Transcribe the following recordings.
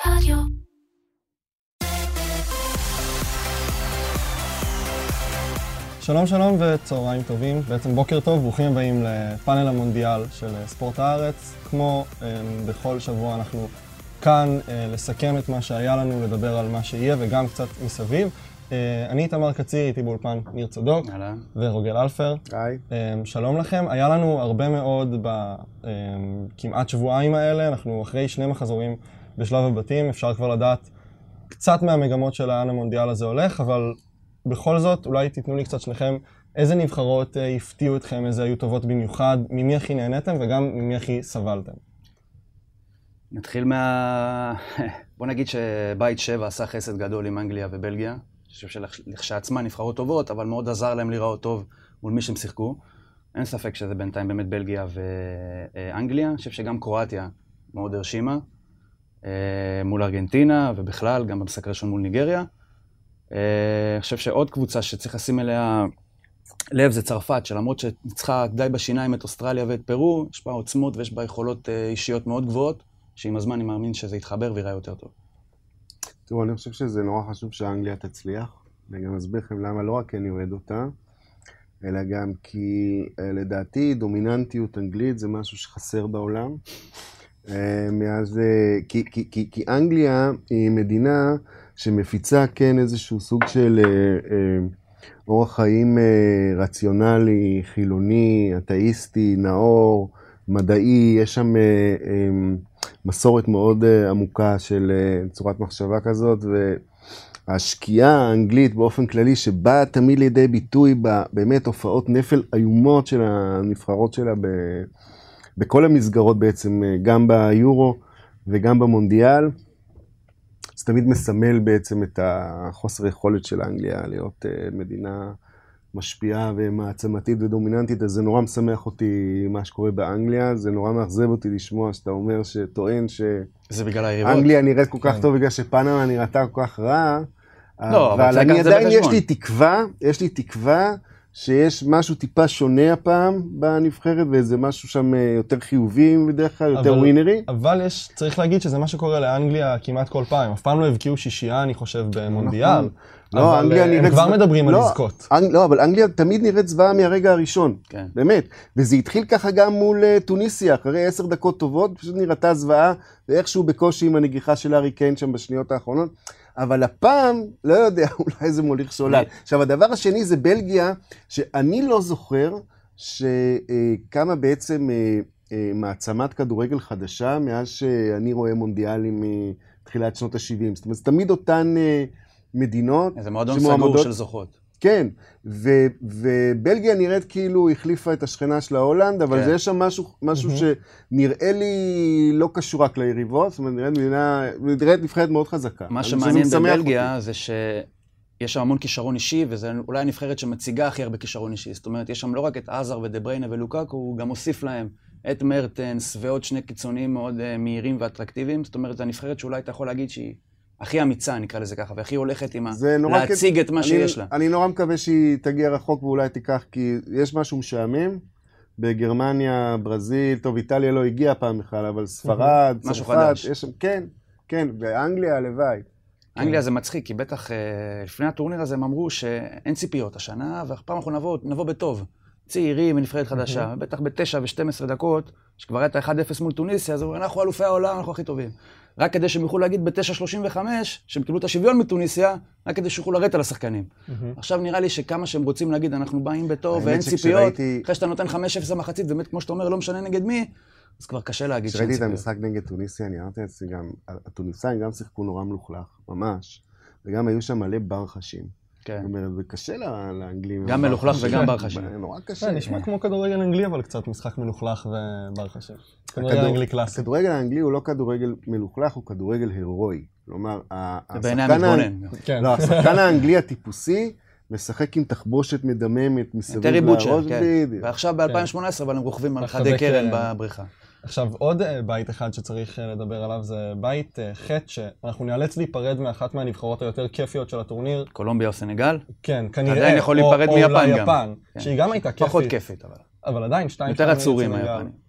רדיו. שלום שלום וצהריים טובים, בעצם בוקר טוב, ברוכים הבאים לפאנל המונדיאל של ספורט הארץ. כמו בכל שבוע אנחנו כאן לסכם את מה שהיה לנו, לדבר על מה שיהיה וגם קצת מסביב. אני תמר קציר, איתי באולפן ניר צדוק ורוגל אלפר. היי. שלום לכם. היה לנו הרבה מאוד בכמעט שבועיים האלה, אנחנו אחרי שני מחזורים בשלב הבתים, אפשר כבר לדעת קצת מהמגמות של לאן המונדיאל הזה הולך, אבל בכל זאת אולי תיתנו לי קצת שלכם איזה נבחרות הפתיעו אתכם, איזה היו טובות במיוחד, ממי הכי נהנתם וגם ממי הכי סבלתם. נתחיל בוא נגיד שבית 7 עשה חסד גדול עם אנגליה ובלגיה. אני חושב שלכשעצמה נבחרות טובות, אבל מאוד עזר להם לראות טוב מול מי שהם שיחקו. אין ספק שזה בינתיים באמת בלגיה ואנגליה. אני חושב שגם קרואטיה מאוד הרשימה, מול ארגנטינה ובכלל, גם במשחק הראשון מול ניגריה. אני חושב שעוד קבוצה שצריך לשים אליה לב זה צרפת, שלמרות שניצחה די בשיניים את אוסטרליה ואת פרו, יש בה עוצמות ויש בה יכולות אישיות מאוד גבוהות, שעם הזמן אני מאמין שזה יתחבר ויראה יותר טוב. תראו, אני חושב שזה נורא חשוב שאנגליה תצליח, אני גם אסביר לכם למה לא רק אני אוהד אותה, אלא גם כי לדעתי דומיננטיות אנגלית זה משהו שחסר בעולם. כי אנגליה היא מדינה שמפיצה כן איזשהו סוג של אורח חיים רציונלי, חילוני, אתאיסטי, נאור, מדעי. יש שם מסורת מאוד עמוקה של צורת מחשבה כזאת, והשקיעה האנגלית באופן כללי שבאה תמיד לידי ביטוי באמת הופעות נפל איומות של הנבחרות שלה בכל המסגרות בעצם, גם ביורו וגם במונדיאל. זה תמיד מסמל בעצם את החוסר יכולת של אנגליה להיות מדינה משפיעה ומעצמתית ודומיננטית, אז זה נורא משמח אותי מה שקורה באנגליה, זה נורא מאכזב אותי לשמוע שאתה אומר שטוען זה בגלל היריבות. אנגליה נראית כל כך טוב בגלל שפנמה נראתה כל כך רע, לא, אבל אני עדיין יש לי תקווה שיש משהו טיפה שונה הפעם בנבחרת, ואיזה משהו שם יותר חיובי בדרך כלל, יותר ווינרי. אבל צריך להגיד שזה מה שקורה לאנגליה כמעט כל פעם. אף פעם לא הבקיעו שישייה, אני חושב, במונדיאל. לא, אבל הם כבר מדברים על לזכות. לא, אבל אנגליה תמיד נראית זוועה מהרגע הראשון. באמת. וזה התחיל ככה גם מול טוניסיה, אחרי 10 דקות טובות, פשוט נראתה זוועה, ואיכשהו בקושי עם הנגיחה של הארי קיין שם בשניות האחרונות. אבל הפעם, לא יודע, אולי זה מוליך שולל. עכשיו, הדבר השני זה בלגיה, שאני לא זוכר שכמה בעצם מעצמת כדורגל חדשה, מאז שאני רואה מונדיאלים מתחילת שנות ה-70. זאת אומרת, זה תמיד אותן מדינות. זה מועדון סגור של זוכות. כן, ובלגיה נראית כאילו החליפה את השכנה של ההולנד, אבל זה יש שם משהו שנראה לי לא קשור רק ליריבות, זאת אומרת, נראית נבחרת מאוד חזקה. מה שמעניין בבלגיה זה שיש שם המון כישרון אישי, וזה אולי הנבחרת שמציגה הכי הרבה כישרון אישי. זאת אומרת, יש שם לא רק את עזר ודבריינה ולוקאקו, הוא גם הוסיף להם את מרטנס ועוד שני קיצונים מאוד מהירים ואטרקטיביים. זאת אומרת, הנבחרת שאולי אתה יכול להגיד שהיא הכי אמיצה, נקרא לזה ככה, והכי הולכת עם להציג את מה שיש לה. אני נורא מקווה שהיא תגיע רחוק ואולי תיקח, כי יש משהו משעמם. בגרמניה, ברזיל, טוב, איטליה לא הגיעה פעם בכלל, אבל ספרד, צרפת, יש שם, כן, ואנגליה, הלוואי. אנגליה זה מצחיק, כי בטח לפני הטורניר הזה הם אמרו שאין ציפיות השנה, והפעם אנחנו נבוא בטוב. צעירים ונבחרת חדשה, בטח ב9 ו12 דקות, שכבר הייתה 1-0 מול טוניסיה, אז אנחנו אלופי העולם, אנחנו הכי טובים. רק כדי שהם יוכלו להגיד ב9:35, שהם קיבלו את השוויון מטוניסיה, רק כדי שיוכלו לרדת על השחקנים. עכשיו נראה לי שכמה שהם רוצים להגיד, אנחנו באים בטוב ואין ציפיות, אחרי שאתה נותן 5-0 למחצית, באמת כמו שאתה אומר, לא משנה נגד מי, אז כבר קשה להגיד שאין ציפיות. כשראיתי את המשחק נגד טוניסיה, אני אמרתי לעצמי גם, הטוניסאים גם שיחקו נורא מלוכלך, ממש, וגם היו שם מלא בר חשים. זאת אומרת, זה קשה לאנגלים. גם מלוכלך וגם בר חשים. נורא קשה. נשמע כמו כדורגל אנגלי, אבל קצת משחק מלוכלך ובר חשים. כדורגל אנגלי קלאסי. הכדורגל האנגלי הוא לא כדורגל מלוכלך, הוא כדורגל הירואי. כלומר, השחקן האנגלי הטיפוסי משחק עם תחבושת מדממת מסביב לראש. ועכשיו ב-2018, אבל הם רוכבים על חדי קרן בבריכה. עכשיו, עוד בית אחד שצריך לדבר עליו זה בית חטא, שאנחנו נאלץ להיפרד מאחת מהנבחרות היותר כיפיות של הטורניר. קולומביה או סנגל? כן, כנראה. עדיין יכול להיפרד מיפן גם. שהיא גם הייתה כיפית. פחות כיפית, אבל. אבל עדיין, 2-2 יותר עצורים היפנים.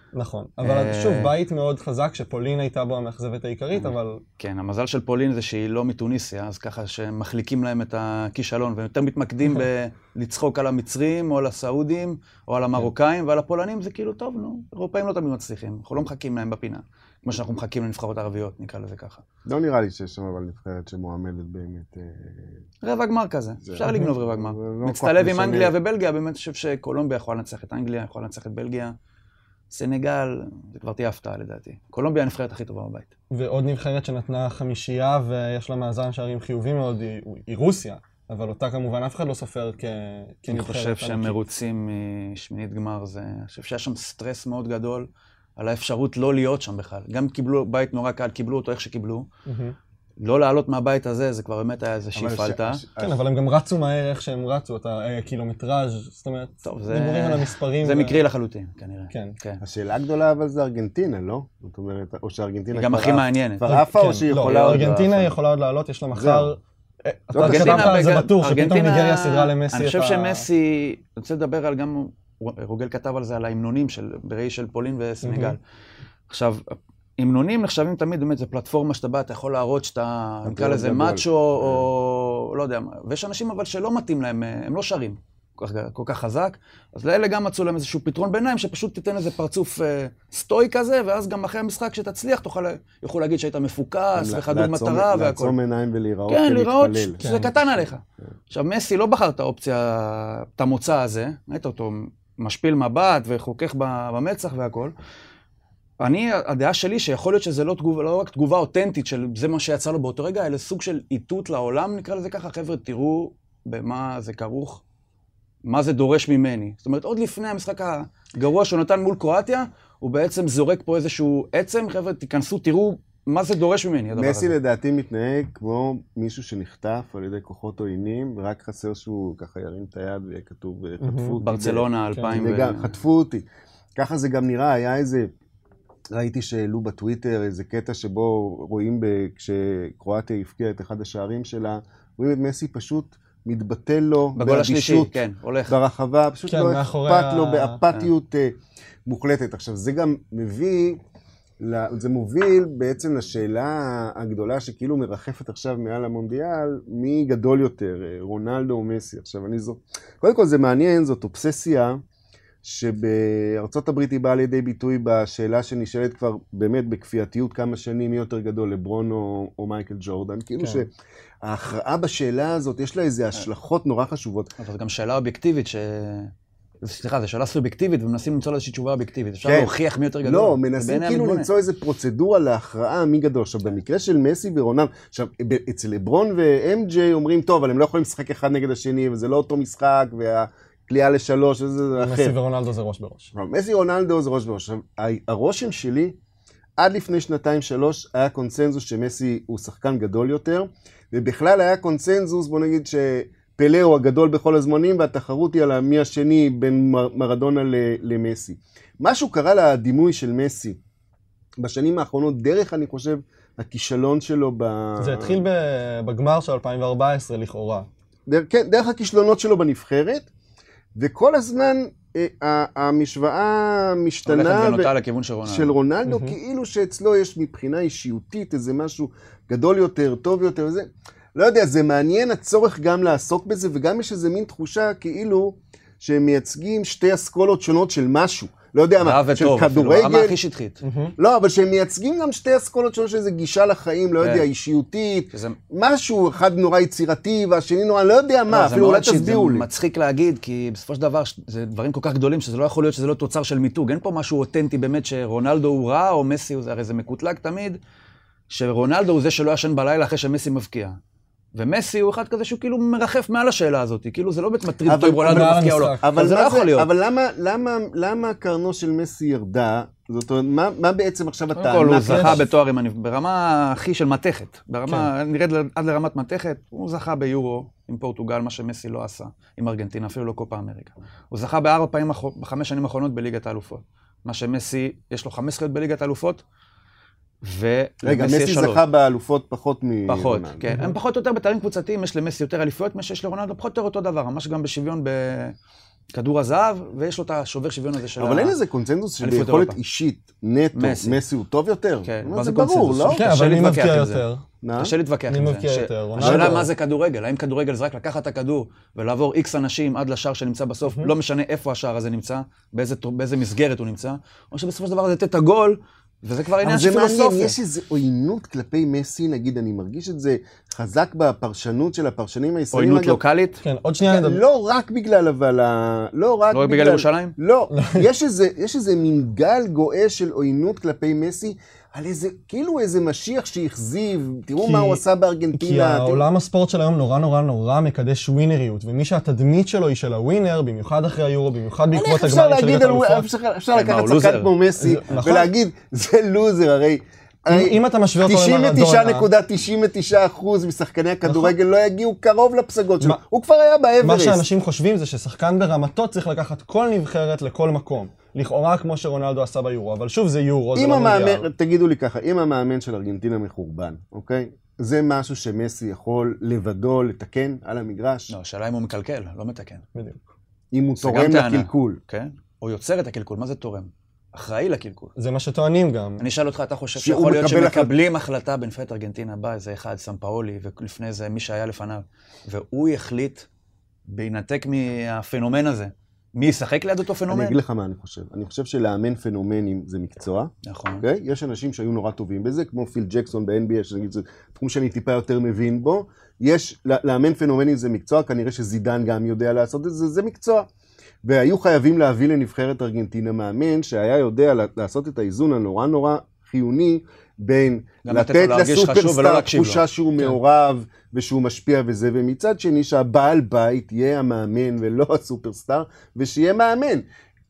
נכון, אבל שוב, בית מאוד חזק שפולין הייתה בו המאכזבת העיקרית, אבל... כן, המזל של פולין זה שהיא לא מתוניסיה, אז ככה שמחליקים להם את הכישלון, והם יותר מתמקדים בלצחוק על המצרים, או על הסעודים, או על המרוקאים, ועל הפולנים זה כאילו טוב, נו, אירופאים לא תמיד מצליחים, אנחנו לא מחכים להם בפינה, כמו שאנחנו מחכים לנבחרות ערביות, נקרא לזה ככה. לא נראה לי שיש שם אבל נבחרת שמועמדת באמת... רבע גמר כזה, אפשר לגנוב רבע גמר. מצטלב עם אנגליה ובלגיה, באמת חושב שקולומביה יכולה לנצח את אנגליה, יכולה לנצח את בלגיה. סנגל, זה כבר תהיה הפתעה לדעתי. קולומביה הנבחרת הכי טובה בבית. ועוד נבחרת שנתנה 5 ויש לה מאזן שערים חיובי מאוד, היא רוסיה, אבל אותה כמובן אף אחד לא סופר כנבחרת. אני חושב שהם מרוצים משמינית גמר, אני חושב שהיה שם סטרס מאוד גדול על האפשרות לא להיות שם בכלל. גם קיבלו בית נורא קל, קיבלו אותו איך שקיבלו. לא לעלות מהבית הזה, זה כבר באמת היה איזה שאיפלתה. כן, אבל הם גם רצו מהר איך שהם רצו, את הקילומטראז', זאת אומרת, דיבורים על המספרים. זה מקרי לחלוטין, כנראה. כן. השאלה הגדולה אבל זה ארגנטינה, לא? זאת אומרת, או שארגנטינה היא גם הכי מעניינת. כבר עפה או שהיא יכולה עוד... ארגנטינה יכולה עוד לעלות, יש לה מחר... אתה כתבת על זה בטוח, שפתאום ניגריה סידרה למסי את ה... אני חושב שמסי, אני רוצה לדבר על גם, רוגל כתב על זה, על ההמנונים בראי של פולין וסנגל. עכשיו, המנונים נחשבים תמיד, באמת, זו פלטפורמה שאתה בא, אתה יכול להראות שאתה, נקרא לזה מאצ'ו, או לא יודע מה. ויש אנשים אבל שלא מתאים להם, הם לא שרים כל כך חזק, אז לאלה גם מצאו להם איזשהו פתרון ביניים, שפשוט תיתן איזה פרצוף סטוי כזה, ואז גם אחרי המשחק שתצליח, יוכלו להגיד שהיית מפוקס, וחדור מטרה והכל. לעצום עיניים ולהיראות כן, להיראות, שזה קטן עליך. עכשיו, מסי לא בחר את האופציה, את המוצא הזה, ראית אותו משפיל מבט וחוכך במצח והכל. הדעה שלי שיכול להיות שזה לא רק תגובה אותנטית של זה מה שיצא לו באותו רגע, אלא סוג של איתות לעולם, נקרא לזה ככה, חבר'ה, תראו במה זה כרוך, מה זה דורש ממני. זאת אומרת, עוד לפני המשחק הגרוע שהוא נתן מול קרואטיה, הוא בעצם זורק פה איזשהו עצם, חבר'ה, תיכנסו, תראו מה זה דורש ממני, הדבר הזה. מסי לדעתי מתנהג כמו מישהו שנחטף על ידי כוחות עוינים, ורק חסר שהוא ככה ירים את היד ויהיה כתוב, חטפו אותי. ברצלונה 2000 חטפו אותי. ככה זה גם נראה, היה איזה... ראיתי שהעלו בטוויטר איזה קטע שבו רואים כשקרואטיה הפקיעה את אחד השערים שלה, רואים את מסי פשוט מתבטל לו באדישות ברחבה, פשוט לא אכפת לו באפתיות מוחלטת. עכשיו זה גם זה מוביל בעצם לשאלה הגדולה שכאילו מרחפת עכשיו מעל המונדיאל, מי גדול יותר, רונלדו או מסי. עכשיו קודם כל זה מעניין, זאת אובססיה, שבארצות הברית היא באה לידי ביטוי בשאלה שנשאלת כבר באמת בכפייתיות כמה שנים מי יותר גדול, לברון או מייקל ג'ורדן. כאילו שההכרעה בשאלה הזאת יש לה איזה השלכות נורא חשובות. אבל גם שאלה אובייקטיבית סליחה, זו שאלה סובייקטיבית ומנסים למצוא איזושהי תשובה אובייקטיבית. אפשר להוכיח מי יותר גדול. לא, מנסים כאילו למצוא איזה פרוצדורה להכרעה מי גדול. עכשיו במקרה של מסי ורונלדו, עכשיו אצל לברון ו-MJ אומרים טוב, אבל הם לא יכולים לשחק אחד נגד השני וזה לא אותו משחק קליעה ל3, זה אחר. מסי ורונלדו זה ראש בראש. מסי ורונלדו זה ראש בראש. הרושם שלי, עד לפני 2-3 היה קונצנזוס שמסי הוא שחקן גדול יותר, ובכלל היה קונצנזוס, בוא נגיד שפלה הוא הגדול בכל הזמנים, והתחרות היא על מי השני בין מרדונה למסי. משהו קרה לדימוי של מסי בשנים האחרונות, דרך אני חושב, הכישלון שלו זה התחיל בגמר של 2014 לכאורה. כן, דרך הכישלונות שלו בנבחרת, וכל הזמן המשוואה משתנה של רונלדו, כאילו שאצלו יש מבחינה אישיותית איזה משהו גדול יותר, טוב יותר, וזה, לא יודע, זה מעניין הצורך גם לעסוק בזה, וגם יש איזה מין תחושה כאילו שהם מייצגים שתי אסכולות שונות של משהו. לא יודע מה, של כדורגל. רמה הכי שטחית. לא, אבל שהם מייצגים גם שתי אסכולות שונות של איזה גישה לחיים, לא יודע, אישיותית, משהו אחד נורא יצירתי, והשני נורא, לא יודע מה, אפילו אולי תסבירו לי. זה מצחיק להגיד, כי בסופו של דבר זה דברים כל כך גדולים, שזה לא יכול להיות שזה לא תוצר של מיתוג. אין פה משהו אותנטי באמת שרונלדו הוא רע, או מסי הוא זה, הרי זה מקוטלג תמיד, שרונלדו הוא זה שלא ישן בלילה אחרי שמסי מבקיע. ומסי הוא אחד כזה שהוא כאילו מרחף מעל השאלה הזאת, כאילו זה לא באמת מטריד אותו אם רונלדו מפקיע או לא, אבל זה לא יכול להיות. אבל למה קרנו של מסי ירדה? זאת אומרת, מה בעצם עכשיו הטענה? הוא זכה בתואר ברמה הכי של מתכת, נרד עד לרמת מתכת, הוא זכה ביורו עם פורטוגל, מה שמסי לא עשה, עם ארגנטינה, אפילו לא קופה אמריקה. הוא זכה ב5 שנים האחרונות בליגת האלופות, מה שמסי, יש לו 5 זכיות בליגת האלופות, רגע, מסי זכה באלופות פחות פחות, כן. הם פחות או יותר בתארים קבוצתיים, יש למסי יותר אליפויות, מה שיש לרונלדו פחות או יותר אותו דבר, ממש גם בשוויון כדור הזהב, ויש לו את השובר שוויון הזה של אבל אין איזה קונצנזוס שביכולת אישית נטו, מסי הוא טוב יותר? כן, מה זה ברור, לא? כן, אבל מי מבקיע יותר? קשה להתווכח עם זה. השאלה מה זה כדורגל, האם כדורגל זה רק לקחת את הכדור ולעבור איקס אנשים עד לשער שנמצא בסוף, לא משנה איפה השער הזה נמצא, באיזה מסגרת הוא נמצא, או שבסופו של דבר זה לתת את הגול, וזה כבר עניין של פילוסופיה. אבל זה מעניין, יש איזו עוינות כלפי מסי, נגיד, אני מרגיש את זה חזק בפרשנות של הפרשנים הישראלים. עוינות לוקאלית? כן, עוד שנייה נדבר. לא רק בגלל, אבל לא רק בגלל ירושלים? לא, יש איזה מין גל גועש של עוינות כלפי מסי, על כאילו איזה משיח שהכזיב, תראו מה הוא עשה בארגנטינה. כי העולם הספורט של היום נורא נורא נורא מקדש ווינריות, ומי שהתדמית שלו היא של הווינר, במיוחד אחרי היורו, במיוחד בעקבות הגמרים של ליגת האלופות. אפשר לקחת שחקן כמו מסי, ולהגיד, זה לוזר, הרי אם אתה משווה אותו למרדונה, 99.99% משחקני הכדורגל לא יגיעו קרוב לפסגות שלו, הוא כבר היה באברסט. מה שאנשים חושבים זה ששחקן ברמתו צריך לקחת כל נבחרת לכל מקום. לכאורה כמו שרונלדו עשה ביורו, אבל שוב זה יורו, זה לא מונדיאל. תגידו לי ככה, אם המאמן של ארגנטינה מחורבן, אוקיי? זה משהו שמסי יכול לבדו לתקן על המגרש? לא, השאלה אם הוא מקלקל, לא מתקן. בדיוק. אם הוא תורם לקלקול. כן? או יוצר את הקלקול, מה זה תורם? אחראי לקלקול. זה מה שטוענים גם. אני אשאל אותך, אתה חושב שיכול להיות שמקבלים החלטה בנבחרת ארגנטינה, בא איזה אחד, סמפאולי, ולפני זה מי שהיה לפניו, והוא יחליט בהינתק מהפנומן הזה, מי ישחק ליד אותו פנומן? אני אגיד לך מה אני חושב. אני חושב שלאמן פנומנים זה מקצוע. נכון. Okay? יש אנשים שהיו נורא טובים בזה, כמו פיל ג'קסון ב-NBA, שזה תחום שאני טיפה יותר מבין בו. לאמן פנומנים זה מקצוע, כנראה שזידן גם יודע לעשות את זה, זה מקצוע. והיו חייבים להביא לנבחרת ארגנטינה מאמן, שהיה יודע לעשות את האיזון הנורא נורא חיוני, בין לתת לסופרסטאר תחושה שהוא מעורב ושהוא משפיע וזה, ומצד שני שהבעל בית יהיה המאמן ולא הסופרסטאר, ושיהיה מאמן.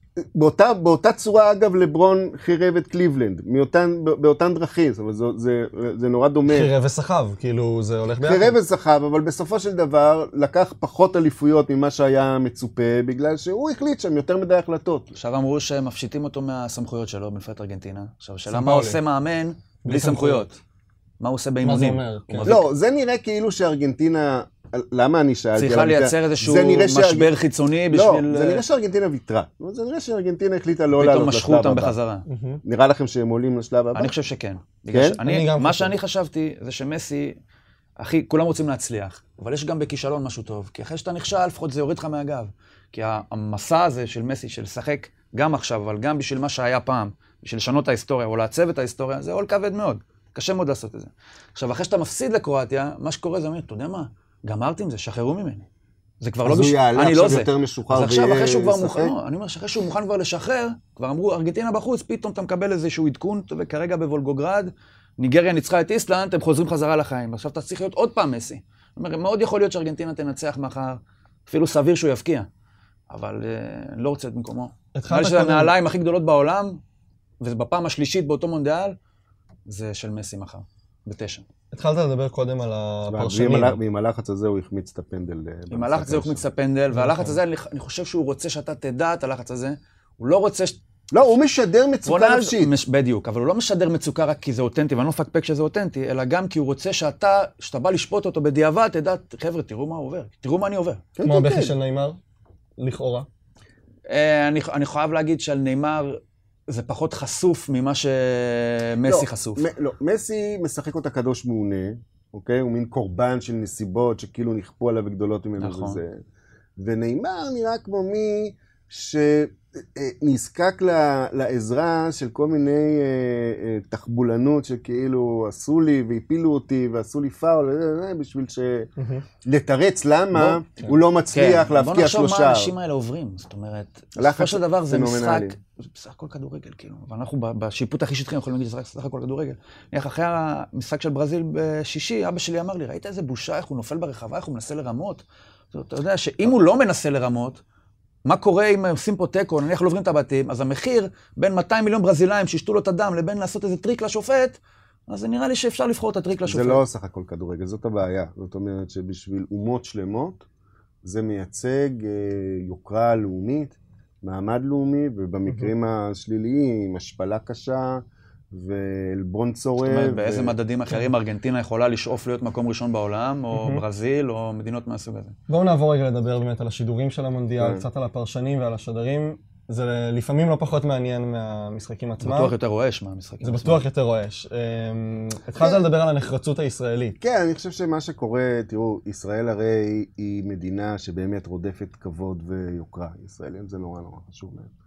באותה צורה, אגב, לברון חירב את קליבלנד, באותן דרכים, אבל זה נורא דומה. חירב וסחב, כאילו זה הולך ביחד. חירב וסחב, אבל בסופו של דבר לקח פחות אליפויות ממה שהיה מצופה, בגלל שהוא החליט שם יותר מדי החלטות. עכשיו אמרו שהם מפשיטים אותו מהסמכויות שלו בנבחרת ארגנטינה. עכשיו, שאלה מה עושה מאמן בלי סמכויות? מה הוא עושה באימונים? מה זה אומר? לא, זה נראה כאילו שארגנטינה... למה אני שאלתי? צריכה לייצר איזשהו משבר חיצוני בשביל... לא, זה נראה שארגנטינה ויתרה. זה נראה שארגנטינה החליטה לא לעלות לשלב הבא. פתאום משכו אותם בחזרה. נראה לכם שהם עולים לשלב הבא? אני חושב שכן. כן? מה שאני חשבתי זה שמסי, אחי, כולם רוצים להצליח, אבל יש גם בכישלון משהו טוב, כי אחרי שאתה נכשל, לפחות זה יוריד לך מהגב. כי המסע הזה של מסי, של לשחק גם עכשיו, אבל גם בשביל מה שהיה פעם, בשביל לשנות את ההיסטוריה או לעצב את ההיסטוריה, זה עול כבד מאוד. קשה מאוד לעשות את זה. עכשיו, אחרי שאתה מפסיד לקרואטיה, מה שקורה זה אומר, אתה יודע מה? גמרתי עם זה, שחררו ממני. זה כבר לא אז הוא יעלה עכשיו יותר משוחרר אז עכשיו, אחרי שהוא כבר מוכן, אני אומר שאחרי שהוא מוכן כבר לשחרר, כבר אמרו, ארגנטינה בחוץ, פתאום אתה מקבל איזשהו עדכון, וכרגע בוולגוגרד, ניגריה ניצחה את איסלנד, הם חוזרים חזרה לחיים. עכשיו אתה צריך להיות עוד פעם מסי. זאת אומרת, מאוד יכול להיות שארגנטינה תנצח מחר, אפילו סביר שהוא יפקיע. אבל אני לא רוצה את במקומו. נראה שזה הנעליים הכי גדולות בעולם, ובפעם השלישית באותו מונדיאל, זה של מסי מחר, ב9. התחלת לדבר קודם על הפרשנים. ועם הלחץ הזה הוא החמיץ את הפנדל. עם הלחץ הזה הוא החמיץ את הפנדל, והלחץ הזה, אני חושב שהוא רוצה שאתה תדע את הלחץ הזה. הוא לא רוצה... לא, הוא משדר מצוקה נפשית. בדיוק, אבל הוא לא משדר מצוקה רק כי זה אותנטי, ואני לא מפקפק שזה אותנטי, אלא גם כי הוא רוצה שאתה בא לשפוט אותו בדיעבד, תדע, חבר'ה, תראו מה הוא עובר, תראו מה אני עובר. כמו הבכי של ניימר, לכאורה. אני חייב להגיד שעל ניימר זה פחות חשוף ממה שמסי חשוף. לא, מסי משחק אותה קדוש מעונה, אוקיי? הוא מין קורבן של נסיבות שכאילו נכפו עליו וגדולות ממנו וזה. וניימר נראה כמו מי שנזקק לעזרה של כל מיני תחבולנות שכאילו עשו לי והפילו אותי ועשו לי פאול, בשביל לתרץ למה הוא לא מצליח להפקיע 3 שערים. בוא נחשוב מה האנשים האלה עוברים, זאת אומרת, בסופו של דבר זה משחק, זה בסך הכל כדורגל, כאילו, ואנחנו בשיפוט הכי שטחי יכולים להגיד שזה בסך הכל כדורגל. אחרי המשחק של ברזיל בשישי, אבא שלי אמר לי, ראית איזה בושה, איך הוא נופל ברחבה, איך הוא מנסה לרמות? אתה יודע שאם הוא לא מנסה לרמות, מה קורה אם עושים פה טקו, נניח לא עוברים את הבתים, אז המחיר בין 200 מיליון ברזילאים שישתו לו את הדם לבין לעשות איזה טריק לשופט, אז זה נראה לי שאפשר לבחור את הטריק לשופט. זה לא סך הכל כדורגל, זאת הבעיה. זאת אומרת שבשביל אומות שלמות, זה מייצג יוקרה לאומית, מעמד לאומי, ובמקרים השליליים, השפלה קשה, ואלברון צורב. זאת אומרת, באיזה מדדים אחרים ארגנטינה יכולה לשאוף להיות מקום ראשון בעולם, או ברזיל, או מדינות מהסוג הזה? בואו נעבור רגע לדבר באמת על השידורים של המונדיאל, קצת על הפרשנים ועל השדרים. זה לפעמים לא פחות מעניין מהמשחקים עצמם. בטוח יותר רועש מהמשחקים. זה בטוח יותר רועש. התחלת לדבר על הנחרצות הישראלית. כן, אני חושב שמה שקורה, תראו, ישראל הרי היא מדינה שבאמת רודפת כבוד ויוקרה. ישראלים זה נורא נורא חשוב להם.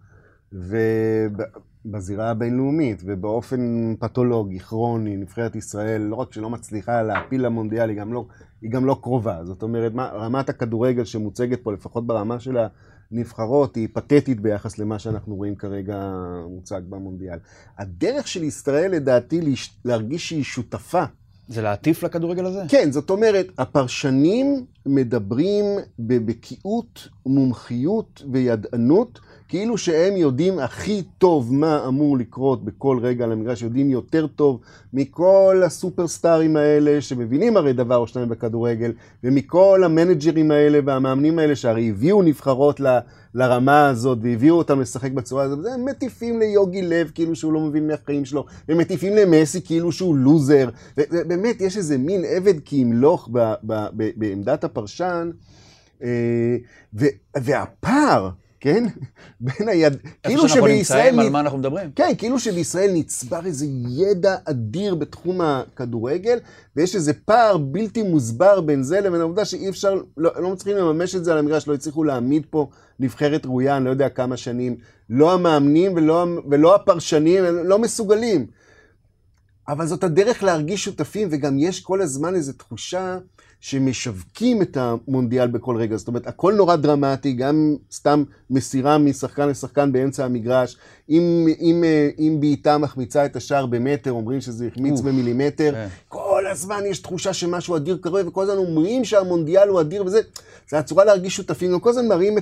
ובזירה הבינלאומית ובאופן פתולוגי, כרוני, נבחרת ישראל, לא רק שלא מצליחה להפיל למונדיאל, היא גם לא קרובה. זאת אומרת, רמת הכדורגל שמוצגת פה, לפחות ברמה של הנבחרות, היא פתטית ביחס למה שאנחנו רואים כרגע מוצג במונדיאל. הדרך של ישראל, לדעתי, להרגיש שהיא שותפה. זה להטיף לכדורגל הזה? כן, זאת אומרת, הפרשנים מדברים בבקיאות, מומחיות וידענות, כאילו שהם יודעים הכי טוב מה אמור לקרות בכל רגע על המגרש, יודעים יותר טוב מכל הסופרסטארים האלה שמבינים הרי דבר או שניים בכדורגל, ומכל המנג'רים האלה והמאמנים האלה שהרי הביאו נבחרות לרמה הזאת והביאו אותם לשחק בצורה הזאת, הם מטיפים ליוגי לב כאילו שהוא לא מבין מהחיים שלו, הם מטיפים למסי כאילו שהוא לוזר, ובאמת יש איזה מין עבד כימלוך בעמדת הפרשן, והפער, כן? בין היד... איפה שאנחנו נמצאים, על מה אנחנו מדברים? כן, כאילו שבישראל נצבר איזה ידע אדיר בתחום הכדורגל, ויש איזה פער בלתי מוסבר בין זה לבין העובדה שאי אפשר, לא מצליחים לממש את זה על המגרש, לא הצליחו להעמיד פה נבחרת ראויה, אני לא יודע כמה שנים, לא המאמנים ולא הפרשנים, הם לא מסוגלים. אבל זאת הדרך להרגיש שותפים, וגם יש כל הזמן איזו תחושה שמשווקים את המונדיאל בכל רגע. זאת אומרת, הכל נורא דרמטי, גם סתם מסירה משחקן לשחקן באמצע המגרש. אם בעיטה מחמיצה את השער במטר, אומרים שזה החמיץ במילימטר. כל הזמן יש תחושה שמשהו אדיר קרוב, וכל הזמן אומרים שהמונדיאל הוא אדיר, וזה הצורה להרגיש שותפים. כל הזמן מראים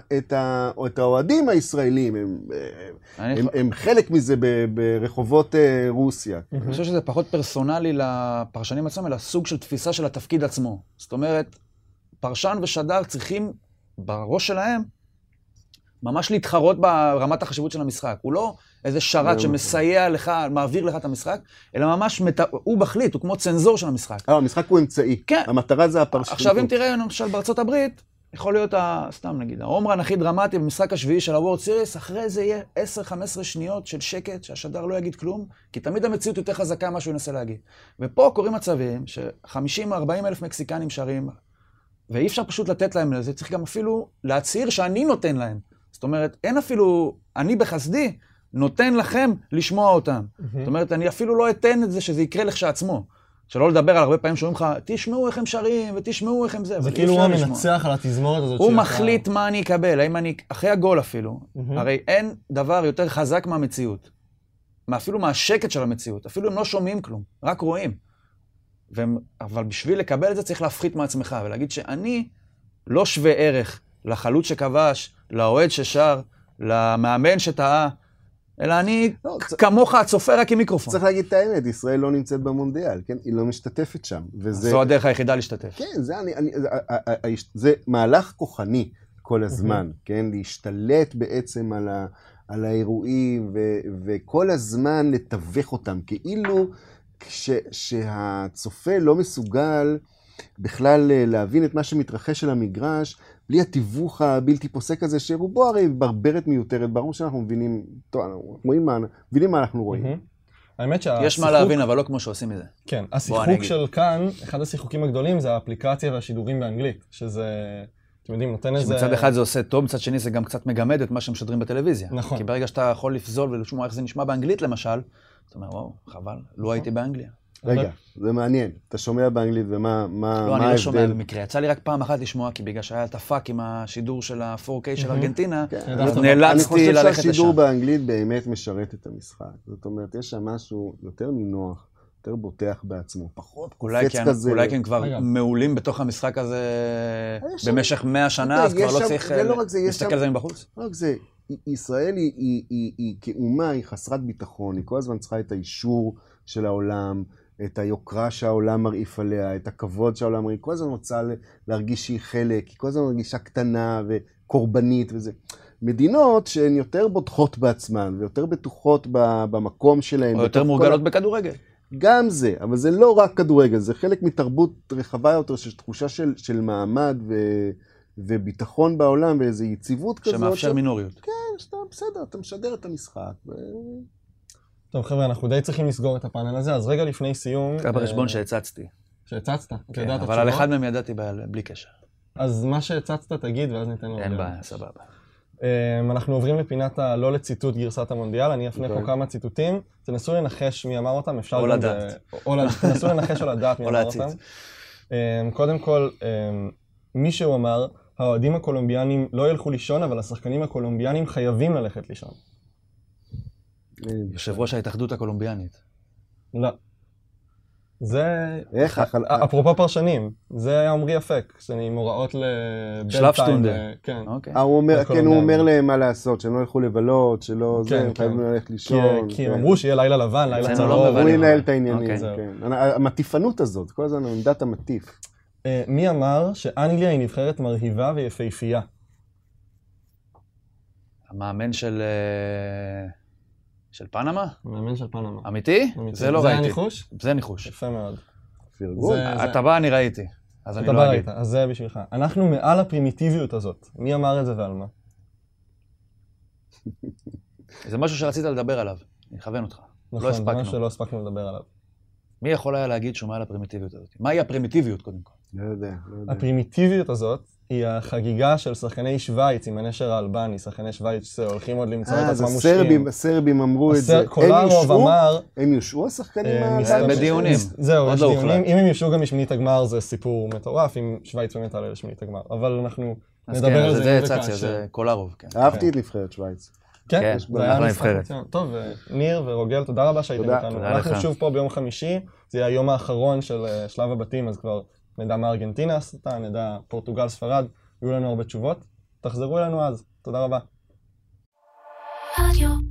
את האוהדים הישראלים. הם חלק מזה ברחובות רוסיה. אני חושב שזה פחות פרסונלי לפרשנים עצמם, אלא סוג של תפיסה של התפקיד עצמו. זאת אומרת, פרשן ושדר צריכים בראש שלהם ממש להתחרות ברמת החשיבות של המשחק. הוא לא איזה שרת שמסייע לך, מעביר לך את המשחק, אלא ממש הוא מחליט, הוא כמו צנזור של המשחק. המשחק הוא אמצעי. כן. המטרה זה הפרשנות. עכשיו אם תראה, למשל בארצות הברית, יכול להיות, סתם נגיד, ההומרן הכי דרמטי במשחק השביעי של הוורד סיריס, אחרי זה יהיה 10-15 שניות של שקט, שהשדר לא יגיד כלום, כי תמיד המציאות יותר חזקה מה שהוא ינסה להגיד. ופה קוראים מצבים ש50-40 אלף מקסיקנים שרים, ואי אפשר פשוט לתת להם לזה, צריך גם אפילו להצהיר שאני נותן להם. זאת אומרת, אין אפילו, אני בחסדי נותן לכם לשמוע אותם. זאת אומרת, אני אפילו לא אתן את זה שזה יקרה לכשעצמו. שלא לדבר על הרבה פעמים שאומרים לך, תשמעו איך הם שרים ותשמעו איך הם זה. זה כאילו הוא המנצח על התזמורת הזאת. הוא מחליט מה אני אקבל, האם אני, אחרי הגול אפילו, הרי אין דבר יותר חזק מהמציאות. אפילו מהשקט של המציאות. אפילו הם לא שומעים כלום, רק רואים. אבל בשביל לקבל את זה צריך להפחית מעצמך, ולהגיד שאני לא שווה ערך לחלוץ שכבש, לאוהד ששר, למאמן שטעה, אלא אני כמוך הצופה רק עם מיקרופון. צריך להגיד את האמת, ישראל לא נמצאת במונדיאל, כן? היא לא משתתפת שם. זו הדרך היחידה להשתתף. כן, זה מהלך כוחני כל הזמן, כן? להשתלט בעצם על האירועים, וכל הזמן לתווך אותם, כאילו שהצופה לא מסוגל בכלל להבין את מה שמתרחש על המגרש, בלי התיווך הבלתי פוסק הזה, שרובו הרי ברברת מיותרת, ברור שאנחנו מבינים מה אנחנו רואים. האמת יש מה להבין, אבל לא כמו שעושים מזה. כן, השיחוק של כאן, אחד השיחוקים הגדולים זה האפליקציה והשידורים באנגלית, שזה, אתם יודעים, נותן איזה... מצד אחד זה עושה טוב, מצד שני זה גם קצת מגמד את מה שמשדרים בטלוויזיה. נכון. כי ברגע שאתה יכול לפזול ולשמוע איך זה נשמע באנגלית למשל, אתה אומר, וואו, חבל, לא הייתי באנגליה. רגע, זה מעניין. אתה שומע באנגלית ומה ההבדל? לא, אני לא שומע במקרה. יצא לי רק פעם אחת לשמוע, כי בגלל שהיה את הפאק עם השידור של ה-4K של ארגנטינה, נאלצתי ללכת לשם. אני חושב שהשידור באנגלית באמת משרת את המשחק. זאת אומרת, יש שם משהו יותר נינוח, יותר בוטח בעצמו, פחות קופץ כזה. אולי כי הם כבר מעולים בתוך המשחק הזה במשך 100 שנה, אז כבר לא צריך להסתכל על זה מבחוץ. לא רק זה, ישראל היא כאומה, היא חסרת ביטחון, היא כל הזמן צריכה את האישור של העולם, את היוקרה שהעולם מרעיף עליה, את הכבוד שהעולם מרעיף, כל הזמן רוצה להרגיש שהיא חלק, היא כל הזמן מרגישה קטנה וקורבנית וזה. מדינות שהן יותר בוטחות בעצמן, ויותר בטוחות במקום שלהן. או יותר מורגלות בכדורגל. גם זה, אבל זה לא רק כדורגל, זה חלק מתרבות רחבה יותר, של תחושה של מעמד וביטחון בעולם, ואיזו יציבות כזאת. שמאפשר מינוריות. כן, שאתה בסדר, אתה משדר את המשחק. טוב חבר'ה, אנחנו די צריכים לסגור את הפאנל הזה, אז רגע לפני סיום... קרה בחשבון שהצצתי. שהצצת? כן, אבל על אחד מהם ידעתי בלי קשר. אז מה שהצצת תגיד, ואז ניתן לו... אין בעיה, סבבה. אנחנו עוברים לפינת הלא לציטוט גרסת המונדיאל, אני אפנה פה כמה ציטוטים, תנסו לנחש מי אמר אותם, אפשר... או לדעת. תנסו לנחש או לדעת מי אמר אותם. קודם כל, מישהו אמר, האוהדים הקולומביאנים לא ילכו לישון, אבל השחקנים הקולומביאנים חייבים ללכת לישון. יושב ראש ההתאחדות הקולומביאנית. לא. זה... איך? אפרופו פרשנים, זה היה עמרי אפק, עם הוראות שלפשטונדר. כן. הוא אומר להם מה לעשות, שהם לא ילכו לבלות, שלא זה, הם חייבים ללכת לישון. כי הם אמרו שיהיה לילה לבן, לילה צהוב. הוא ינהל את העניינים. המטיפנות הזאת, כל הזמן עמדת המטיף. מי אמר שאנגליה היא נבחרת מרהיבה ויפהפייה? המאמן של פנמה? המאמן של פנמה. אמיתי? זה לא ראיתי. זה הניחוש? זה ניחוש. יפה מאוד. אתה בא, אני ראיתי. אז אני לא אגיד. אז זה בשבילך. אנחנו מעל הפרימיטיביות הזאת. מי אמר את זה ועל מה? זה משהו שרצית לדבר עליו. אני אכוון אותך. נכון, זה משהו שלא הספקנו לדבר עליו. מי יכול היה להגיד שהוא מעל הפרימיטיביות הזאת? מהי הפרימיטיביות קודם כל? לא יודע. הפרימיטיביות הזאת היא החגיגה של שחקני שוויץ עם הנשר האלבני, שחקני שוויץ שהולכים עוד למצוא את עצמם מושכים. הסרבים אמרו את זה. קולרוב אמר... הם יושעו השחקנים? בדיונים. זהו, יש דיונים. אם הם יושעו גם משמינית הגמר זה סיפור מטורף, אם שוויץ באמת עלה לשמינית הגמר. אבל אנחנו נדבר על זה. זה צציה, זה קולרוב. אהבתי את נבחרת שוויץ. כן, זה היה נבחרת. טוב, ניר ורוגל, תודה רבה שהייתם איתנו. אנחנו שוב פה ביום חמישי, זה יהיה היום האחרון של שלב הבתים, אז כבר נדע מה ארגנטינה עשתה, נדע פורטוגל, ספרד, יהיו לנו הרבה תשובות. תחזרו אלינו אז, תודה רבה.